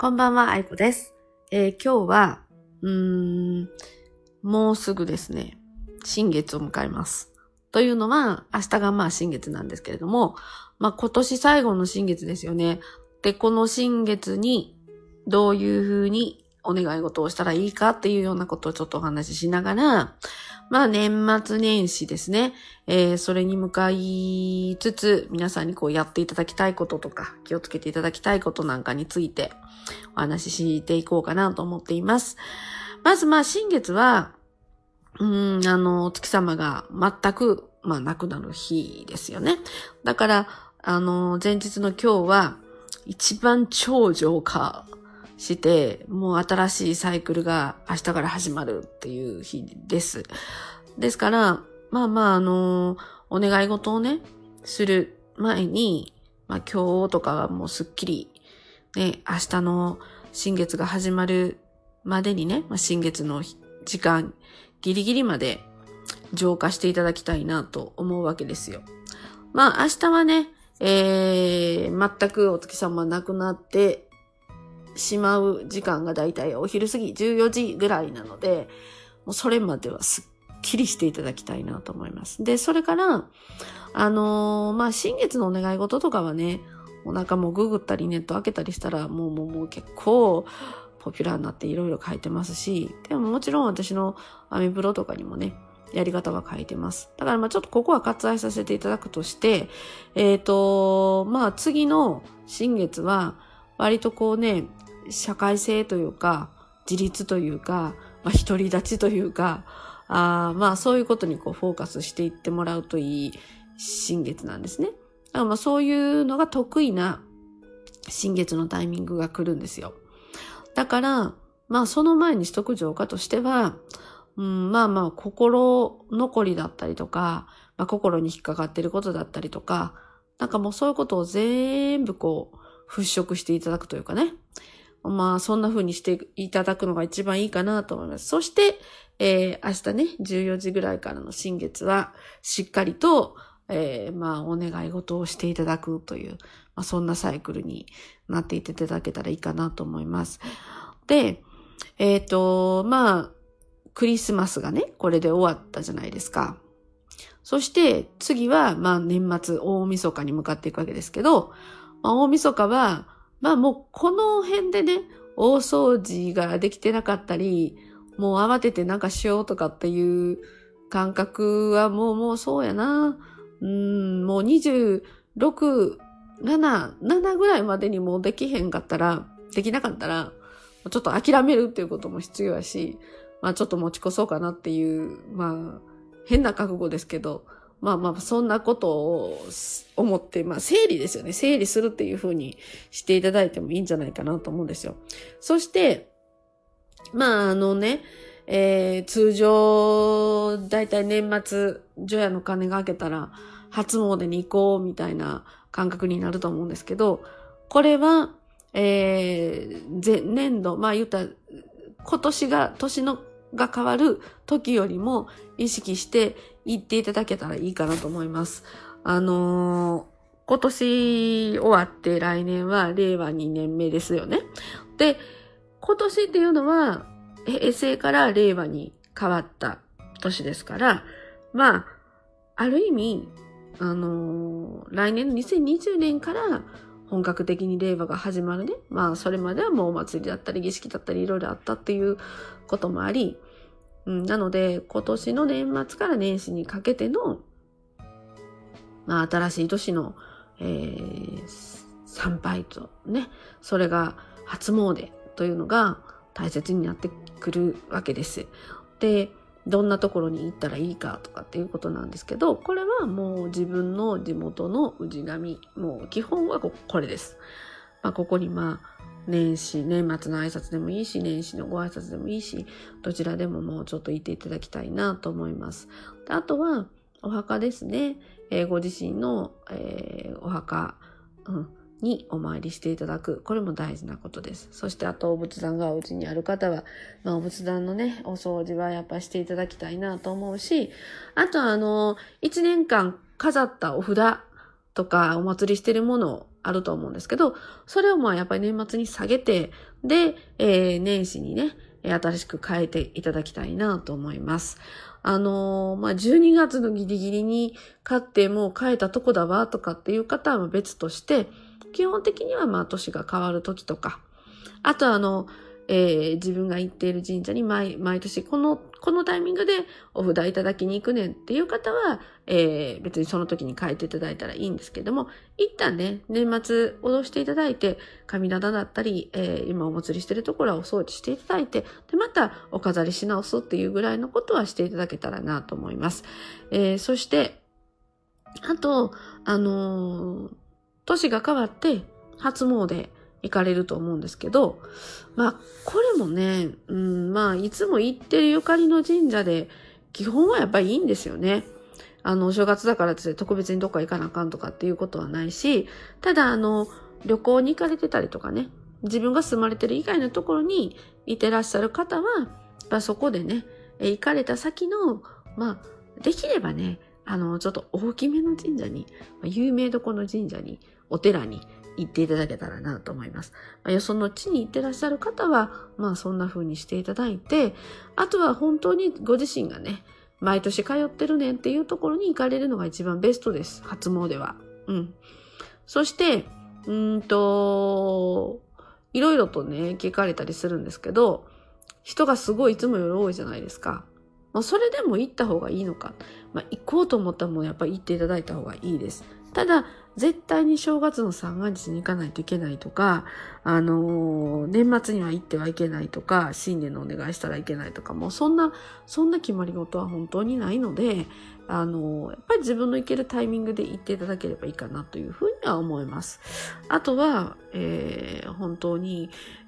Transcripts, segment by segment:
こんばんは、あいこです。今日は、もうすぐですね、新月を迎えます。というのは、明日が新月なんですけれども、今年最後の新月ですよね。で、この新月にどういうふうにお願い事をしたらいいかっていうようなことをちょっとお話ししながら、年末年始ですね。それに向かいつつ、皆さんにやっていただきたいこととか、気をつけていただきたいことなんかについてお話ししていこうかなと思っています。まず新月は、お月様が全く、なくなる日ですよね。だから、前日の今日は、一番超浄化して、もう新しいサイクルが明日から始まるっていう日です。ですから、お願い事をね、する前に、今日とかはもうすっきり、ね、明日の新月が始まるまでにね、新月の時間、ギリギリまで浄化していただきたいなと思うわけですよ。明日はね、全くお月様なくなってしまう時間がだいたいお昼過ぎ14時ぐらいなので、もうそれまではすっきりしていただきたいなと思います。で、それから、新月のお願い事とかはね、お腹もググったりネット開けたりしたらもう結構ポピュラーになっていろいろ書いてますし、でももちろん私のアメブロとかにもね、やり方は書いてます。だからちょっとここは割愛させていただくとして、次の新月は割と社会性というか、自立というか、独り立ちというか、そういうことにフォーカスしていってもらうといい新月なんですね。だからそういうのが得意な新月のタイミングが来るんですよ。だから、その前にしとく浄化としては、心残りだったりとか、心に引っかかってることだったりとか、もうそういうことを全部払拭していただくというかね。そんな風にしていただくのが一番いいかなと思います。そして、明日ね、14時ぐらいからの新月は、しっかりと、お願い事をしていただくという、そんなサイクルになっていっていただけたらいいかなと思います。で、クリスマスがね、これで終わったじゃないですか。そして次は、年末、大晦日に向かっていくわけですけど、大晦日は、もうこの辺でね、大掃除ができてなかったり、もう慌ててしようとかっていう感覚はもうそうやな。もう26、7ぐらいまでにもうできなかったら、ちょっと諦めるっていうことも必要やし、ちょっと持ち越そうかなっていう、変な覚悟ですけど、そんなことを思って、整理ですよね。整理するっていう風にしていただいてもいいんじゃないかなと思うんですよ。そして、通常、だいたい年末、除夜の鐘が明けたら、初詣に行こうみたいな感覚になると思うんですけど、これは、前年度、言ったら、年が変わる時よりも意識して行っていただけたらいいかなと思います。今年終わって来年は令和2年目ですよね。で、今年っていうのは平成から令和に変わった年ですから、ある意味、来年の2020年から本格的に令和が始まるね。それまではもうお祭りだったり儀式だったりいろいろあったっていうこともあり、なので今年の年末から年始にかけての、新しい年の、参拝とね、それが初詣というのが大切になってくるわけです。で、どんなところに行ったらいいかとかっていうことなんですけど、これはもう自分の地元の氏神、もう基本はこれです。ここに年末の挨拶でもいいし、年始のご挨拶でもいいし、どちらでももうちょっと行っていただきたいなと思います。で、あとは、お墓ですね。ご自身の、お墓、にお参りしていただく。これも大事なことです。そしてあとお仏壇がお家にある方は、お仏壇のね、お掃除はやっぱしていただきたいなと思うし、あと1年間飾ったお札とかお祭りしてるものあると思うんですけど、それをまあやっぱり年末に下げて、で、年始にね、新しく変えていただきたいなと思います。まあ、12月のギリギリに買ってもう変えたとこだわとかっていう方は別として、基本的にはまあ年が変わる時とか、あと自分が行っている神社に毎年このタイミングでお札いただきに行くねんっていう方は、別にその時に変えていただいたらいいんですけども、一旦ね、年末おろしていただいて、神棚だったり、今お祭りしてるところはお掃除していただいて、で、またお飾りし直すっていうぐらいのことはしていただけたらなと思います。そして、あと、年が変わって初詣行かれると思うんですけど、まあ、これもね、まあ、いつも行ってるゆかりの神社で、基本はやっぱりいいんですよね。お正月だからって特別にどっか行かなあかんとかっていうことはないし、ただ旅行に行かれてたりとかね、自分が住まれてる以外のところにいてらっしゃる方は、やっぱそこでね、行かれた先の、まあ、できればね、ちょっと大きめの神社に、有名どこの神社に、お寺に行っていただけたらなと思います。よその地に行ってらっしゃる方は、まあそんな風にしていただいて、あとは本当にご自身がね、毎年通ってるねんっていうところに行かれるのが一番ベストです。初詣は。そして、いろいろとね、聞かれたりするんですけど、人がすごいいつもより多いじゃないですか。まあ、それでも行った方がいいのか。まあ、行こうと思ったらもうやっぱり行っていただいた方がいいです。ただ、絶対に正月の三が日に行かないといけないとか、年末には行ってはいけないとか、新年のお願いしたらいけないとか、もうそんな決まり事は本当にないので、やっぱり自分の行けるタイミングで行っていただければいいかなというふうには思います。あとは、本当に、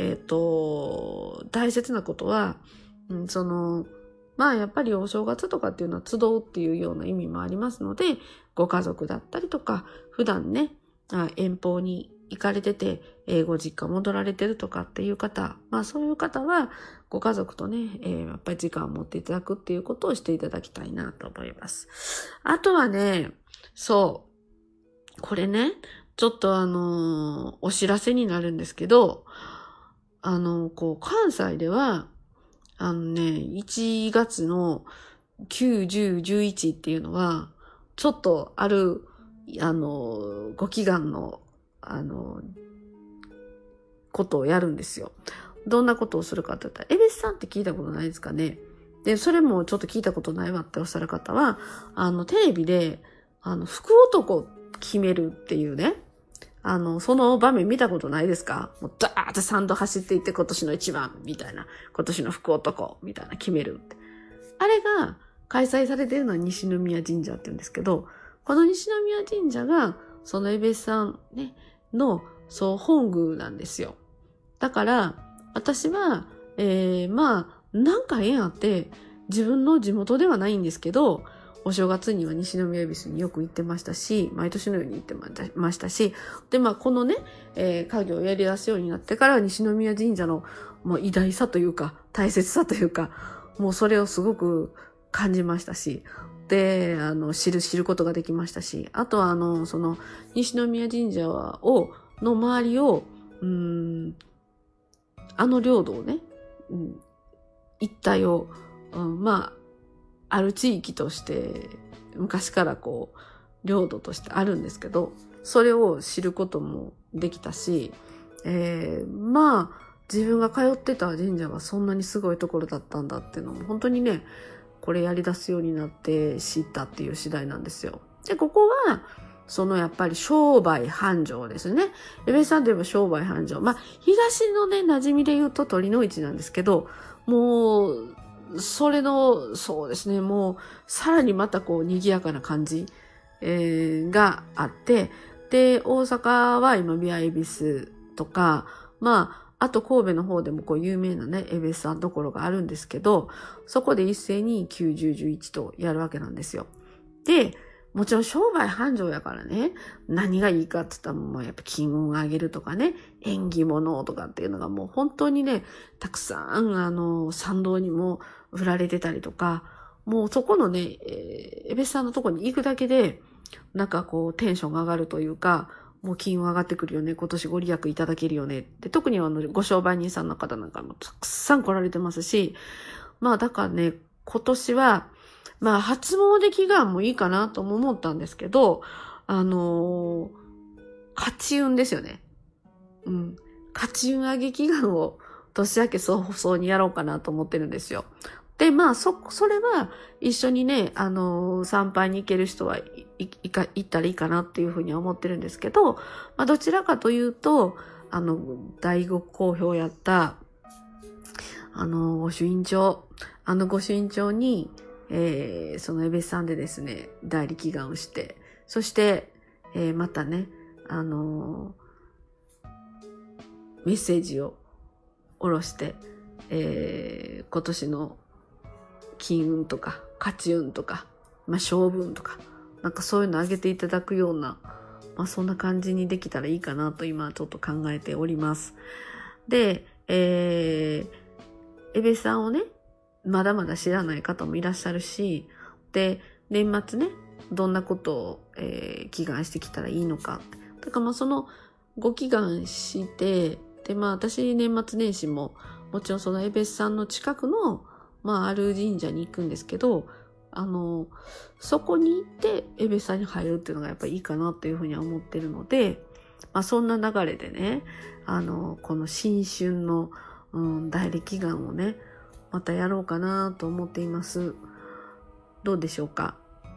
大切なことは、まあやっぱりお正月とかっていうのは集うっていうような意味もありますので、ご家族だったりとか、普段ね、遠方に行かれてて、ご実家戻られてるとかっていう方、まあそういう方は、ご家族とね、やっぱり時間を持っていただくっていうことをしていただきたいなと思います。あとはね、これね、ちょっとお知らせになるんですけど、関西では、1月の9、10、11っていうのは、ちょっとある、ご祈願の、ことをやるんですよ。どんなことをするかって言ったら、エベスさんって聞いたことないですかね。で、それもちょっと聞いたことないわっておっしゃる方は、テレビで、福男決めるっていうね、その場面見たことないですか？もうダーッと3度走っていって今年の一番みたいな、今年の福男みたいな決めるって。あれが開催されているのは西宮神社って言うんですけど、この西宮神社がそのエベスさんね、の本宮なんですよ。だから、私は、まあ、なんか縁あって、自分の地元ではないんですけど、お正月には西宮恵比寿によく行ってましたし、毎年のように行ってましたし、で、まあ、このね、家業をやり出すようになってから西宮神社のもう偉大さというか、大切さというか、もうそれをすごく感じましたし、で、知ることができましたし、あとはその、西宮神社の周りを、領土をね、一帯を、まあ、ある地域として、昔から領土としてあるんですけど、それを知ることもできたし、まあ、自分が通ってた神社はそんなにすごいところだったんだっていうのも、本当にね、これやり出すようになって知ったっていう次第なんですよ。で、ここは、やっぱり商売繁盛ですね。エベさんといえば商売繁盛。まあ、東のね、馴染みで言うと鳥の市なんですけど、もう、それの、そうですね、もう、さらにまた賑やかな感じ、があって、で、大阪は今、ビアエビスとか、まあ、あと神戸の方でも有名なね、エベスさんところがあるんですけど、そこで一斉に9、10、11とやるわけなんですよ。で、もちろん商売繁盛やからね、何がいいかって言ったらもうやっぱ金運を上げるとかね、縁起物とかっていうのがもう本当にね、たくさん参道にも売られてたりとか、もうそこのね、エベスさんのとこに行くだけで、なんかテンションが上がるというか、 もう金運上がってくるよね。今年ご利益いただけるよね。で、特にご商売人さんの方なんかもたくさん来られてますし、まあだからね、今年は、まあ初詣祈願もいいかなとも思ったんですけど、勝ち運ですよね。うん。勝ち運上げ祈願を年明け早々にやろうかなと思ってるんですよ。で、まあ、それは一緒にね、参拝に行ける人は行ったらいいかなっていうふうには思ってるんですけど、まあ、どちらかというと、大ご好評やった、御朱印帳、御朱印帳に、そのエベスさんでですね、代理祈願をして、そして、またね、メッセージを下ろして、今年の金運とか、勝ち運とか、まあ、勝負運とか、なんかそういうのあげていただくような、まあ、そんな感じにできたらいいかなと今ちょっと考えております。で、エベさんをね、まだまだ知らない方もいらっしゃるし、で、年末ね、どんなことを、祈願してきたらいいのか。だからまあそのご祈願して、でまあ私年末年始ももちろんそのエベスさんの近くのまあある神社に行くんですけど、そこに行ってエベスさんに入るっていうのがやっぱりいいかなというふうには思ってるので、まあそんな流れでね、この新春の、代理祈願をね、またやろうかなと思っています。どうでしょうか。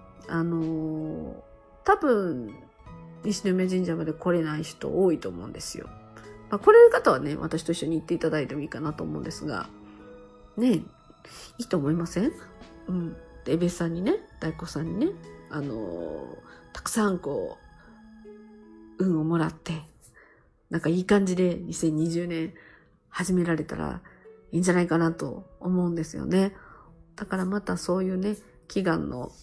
多分、西宮神社まで来れない人多いと思うんですよ。まあ、来れる方はね、私と一緒に行っていただいてもいいかなと思うんですが、ね、いいと思いません？うん。で、エベさんにね、大子さんにね、たくさんこう、運をもらって、なんかいい感じで2020年始められたらいいんじゃないかなと思うんですよね。だからまたそういうね、祈願の、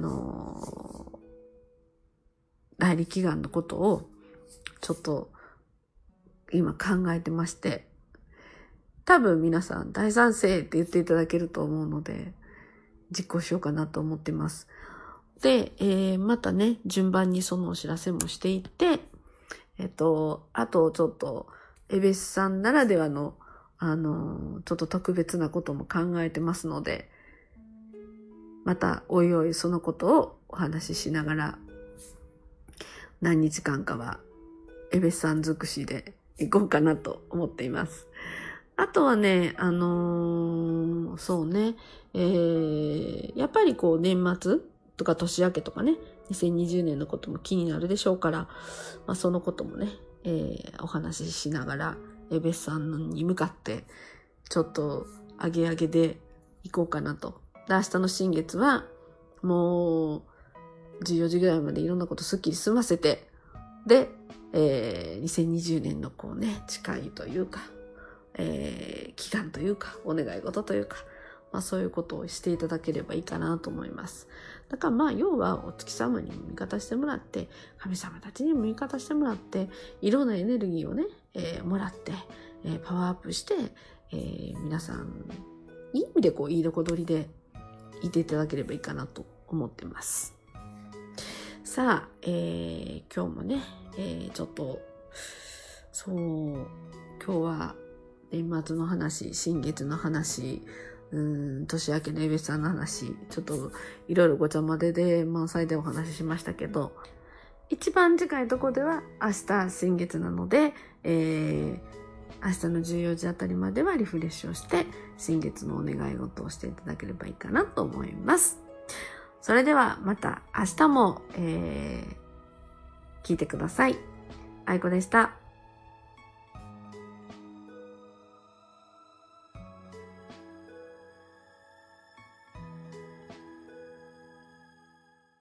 代理祈願のことをちょっと今考えてまして、多分皆さん大賛成って言っていただけると思うので、実行しようかなと思ってます。で、またね、順番にそのお知らせもしていって、あとちょっと、エベスさんならではの、ちょっと特別なことも考えてますので、またおいおいそのことをお話ししながら、何日間かはエベスさん尽くしで行こうかなと思っています。あとはね、そうね、やっぱりこう年末とか年明けとかね、2020年のことも気になるでしょうから、まあそのこともね、お話ししながら、エベスさんに向かって、ちょっと上げ上げで行こうかなと。で、明日の新月は、もう、14時ぐらいまでいろんなことすっきり済ませて、で、2020年のこうね、誓いというか、祈願というか、お願い事というか、まあそういうことをしていただければいいかなと思います。だからまあ要はお月様にも味方してもらって、神様たちにも味方してもらって、いろんなエネルギーをね、もらって、パワーアップして、皆さん、いい意味でこう、いいとこ取りでいていただければいいかなと思ってます。さあ、今日もね、ちょっと、そう、今日は年末の話、新月の話、年明けのエベさんの話、ちょっといろいろごちゃ混ぜで満載でお話ししましたけど、一番近いところでは明日新月なので、明日の14時あたりまではリフレッシュをして新月のお願い事をしていただければいいかなと思います。それではまた明日も、聞いてください。あいこでした。